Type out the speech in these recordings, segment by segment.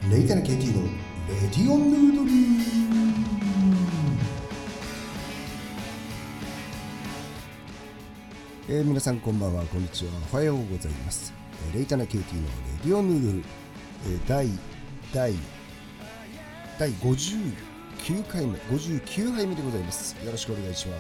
レイタナ KT のレディオンヌードル。皆さんこんばんは、こんにちは、おはようございます。レイタナ KT のレディオンヌードル、第59回目でございます。よろしくお願いします。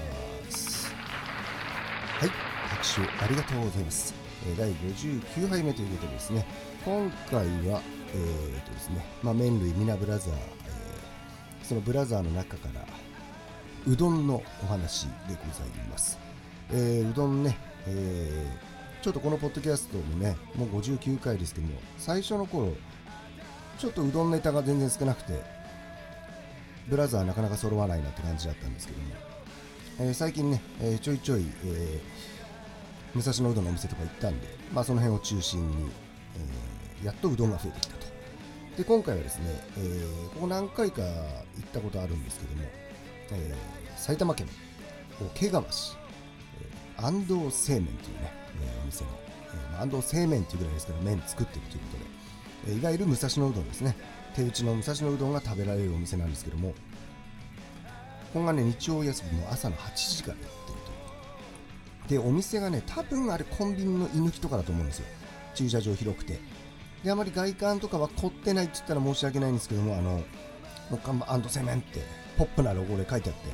はい、拍手ありがとうございます。第59杯目ということでですね、今回はですね、麺類ミナブラザー、そのブラザーの中からうどんのお話でございます。うどんね、ちょっとこのポッドキャストもね、もう59回ですけども、最初の頃ちょっとうどんネタが全然少なくて、ブラザーなかなか揃わないなって感じだったんですけども、最近ね、ちょいちょい、武蔵野うどんのお店とか行ったんで、その辺を中心に、やっとうどんが増えてきたと。で、今回はですね、ここ何回か行ったことあるんですけども、埼玉県桶川市、安藤製麺というね、お店の、安藤製麺というぐらいですから麺作ってるということで、いわゆる武蔵野うどんですね、手打ちの武蔵野うどんが食べられるお店なんですけども、ここがね、日曜休みの朝の8時からやってるという。で、お店がね、多分あれコンビニの居抜きとかだと思うんですよ。駐車場広くて、で、あまり外観とかは凝ってないって言ったら申し訳ないんですけども、もう看板安藤製麺ってポップなロゴで書いてあって、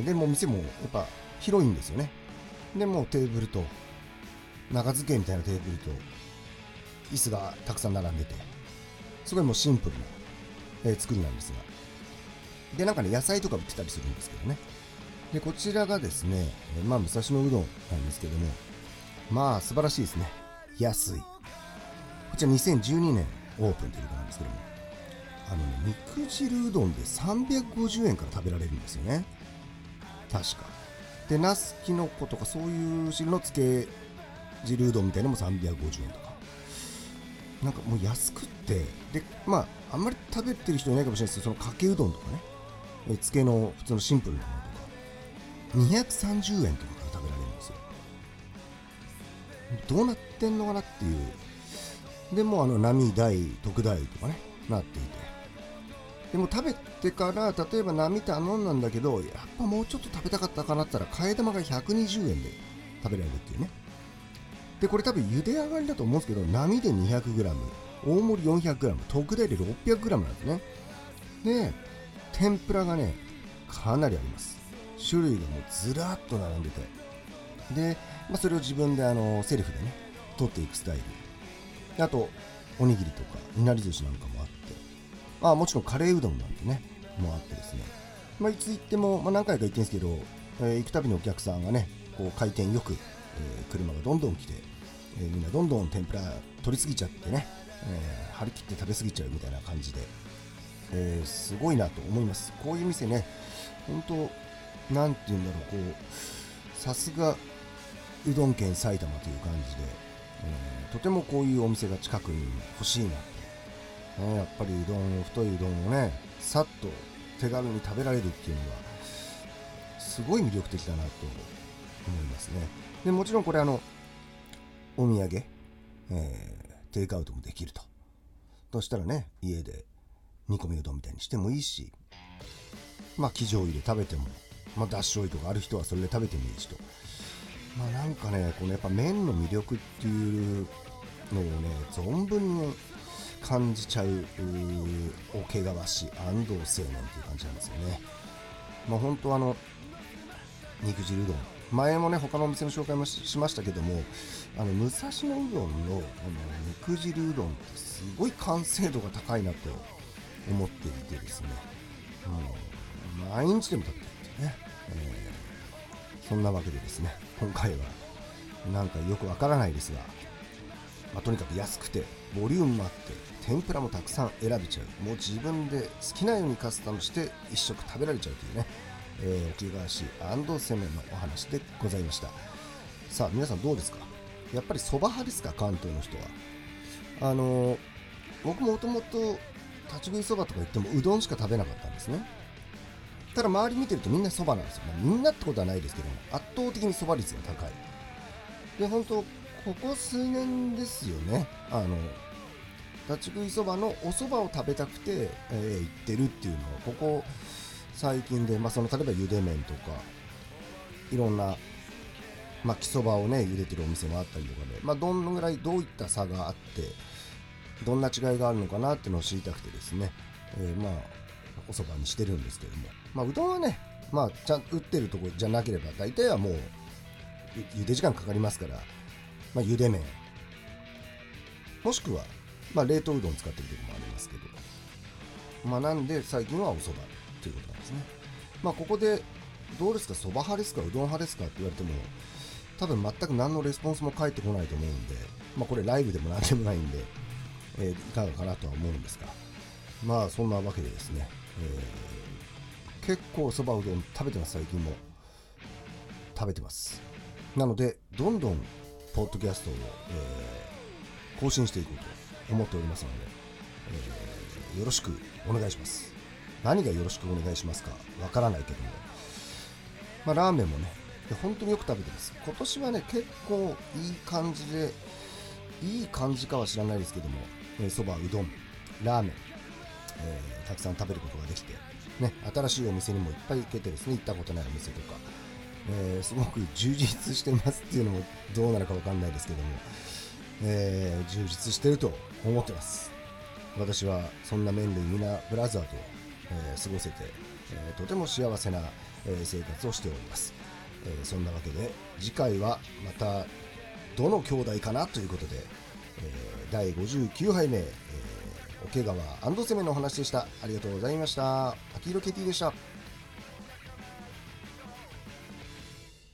でもう店もやっぱ広いんですよね。でもうテーブルと中付けみたいなテーブルと椅子がたくさん並んでて、すごいもうシンプルな、作りなんですが、でなんかね、野菜とか売ってたりするんですけどね。でこちらがですね、武蔵野うどんなんですけども、素晴らしいですね。安い。こちら2012年オープンということなんですけども、肉汁うどんで350円から食べられるんですよね、確か。で、ナスキノコとかそういう汁のつけ汁うどんみたいなのも350円とか、なんかもう安くって、であんまり食べてる人いないかもしれないですけど、そのかけうどんとかね、つけの普通のシンプルなものとか230円とかから食べられるんですよ。どうなってんのかなっていう。でも並大特大とかねなっていて、でも食べてから例えば並頼んだんだけど、やっぱもうちょっと食べたかったかなって言ったら替え玉が120円で食べられるっていうね。でこれ多分茹で上がりだと思うんですけど、並で 200g、 大盛り 400g、 特大で 600g なんですね。で天ぷらがね、かなりあります。種類がもうずらっと並んでて、で、それを自分でセルフでね取っていくスタイル。あとおにぎりとかいなり寿司なんかもあって、もちろんカレーうどんなんてねもあってですね、いつ行っても、何回か行ってるんですけど、行くたびにお客さんがねこう回転よく、車がどんどん来て、みんなどんどん天ぷら取りすぎちゃってね、張り切って食べ過ぎちゃうみたいな感じで、すごいなと思います。こういう店ね、本当なんていうんだろう、こうさすがうどん県埼玉という感じで、とてもこういうお店が近くに欲しいなと、やっぱりうどん、太いうどんをねさっと手軽に食べられるっていうのがすごい魅力的だなと思いますね。でもちろんこれお土産、テイクアウトもできると。そしたらね、家で煮込みうどんみたいにしてもいいし、生醤油で食べても、だし醤油とかある人はそれで食べてもいいしと。なんかね、このやっぱ麺の魅力っていうのをね、存分に感じちゃう桶川市安藤製麺っていう感じなんですよね。本当肉汁うどん、前もね他のお店の紹介も しましたけども、武蔵野うどんの肉汁うどんってすごい完成度が高いなと思っていてですね、毎日でも食べてるっていうね、そんなわけでですね、今回はなんかよくわからないですが、とにかく安くてボリュームもあって天ぷらもたくさん選べちゃう、もう自分で好きなようにカスタムして一食食べられちゃうというね、桶川市安藤製麺のお話でございました。さあ皆さんどうですか？やっぱりそば派ですか？関東の人は。僕もともと立ち食いそばとか言ってもうどんしか食べなかったんですね。ただ周り見てるとみんなそばなんですよ。みんなってことはないですけども、圧倒的にそば率が高い。で本当ここ数年ですよね、 立ち食いそばのお蕎麦を食べたくて、行ってるっていうのはここ最近で、その例えばゆで麺とかいろんな巻きそばをね茹でてるお店もあったりとかで、どのぐらいどういった差があってどんな違いがあるのかなっていうのを知りたくてですね、お蕎麦にしてるんですけども、うどんはねちゃんと売ってるとこじゃなければ大体はもう茹で時間かかりますから、茹で麺もしくは、冷凍うどん使ってるところもありますけど、なんで最近はお蕎麦ということなんですね。ここでどうですか、蕎麦派ですかうどん派ですかって言われても多分全く何のレスポンスも返ってこないと思うんで、これライブでも何でもないんで、いかがかなとは思うんですが、そんなわけでですね、結構蕎麦うどん食べてます。最近も食べてます。なのでどんどんポッドキャストを、更新していこうと思っておりますので、よろしくお願いします。何がよろしくお願いしますかわからないけども、ラーメンもね本当によく食べてます。今年はね結構いい感じで、いい感じかは知らないですけども、そば、うどん、ラーメン、たくさん食べることができて、新しいお店にもいっぱい行けてですね、行ったことないお店とか、すごく充実してますっていうのもどうなのかわかんないですけども、充実してると思ってます。私はそんな麺類皆ブラザーと、過ごせて、とても幸せな、生活をしております。そんなわけで次回はまたどの兄弟かなということで、第59杯目、桶川アンドセメのお話でした。ありがとうございました。秋色ケティでした。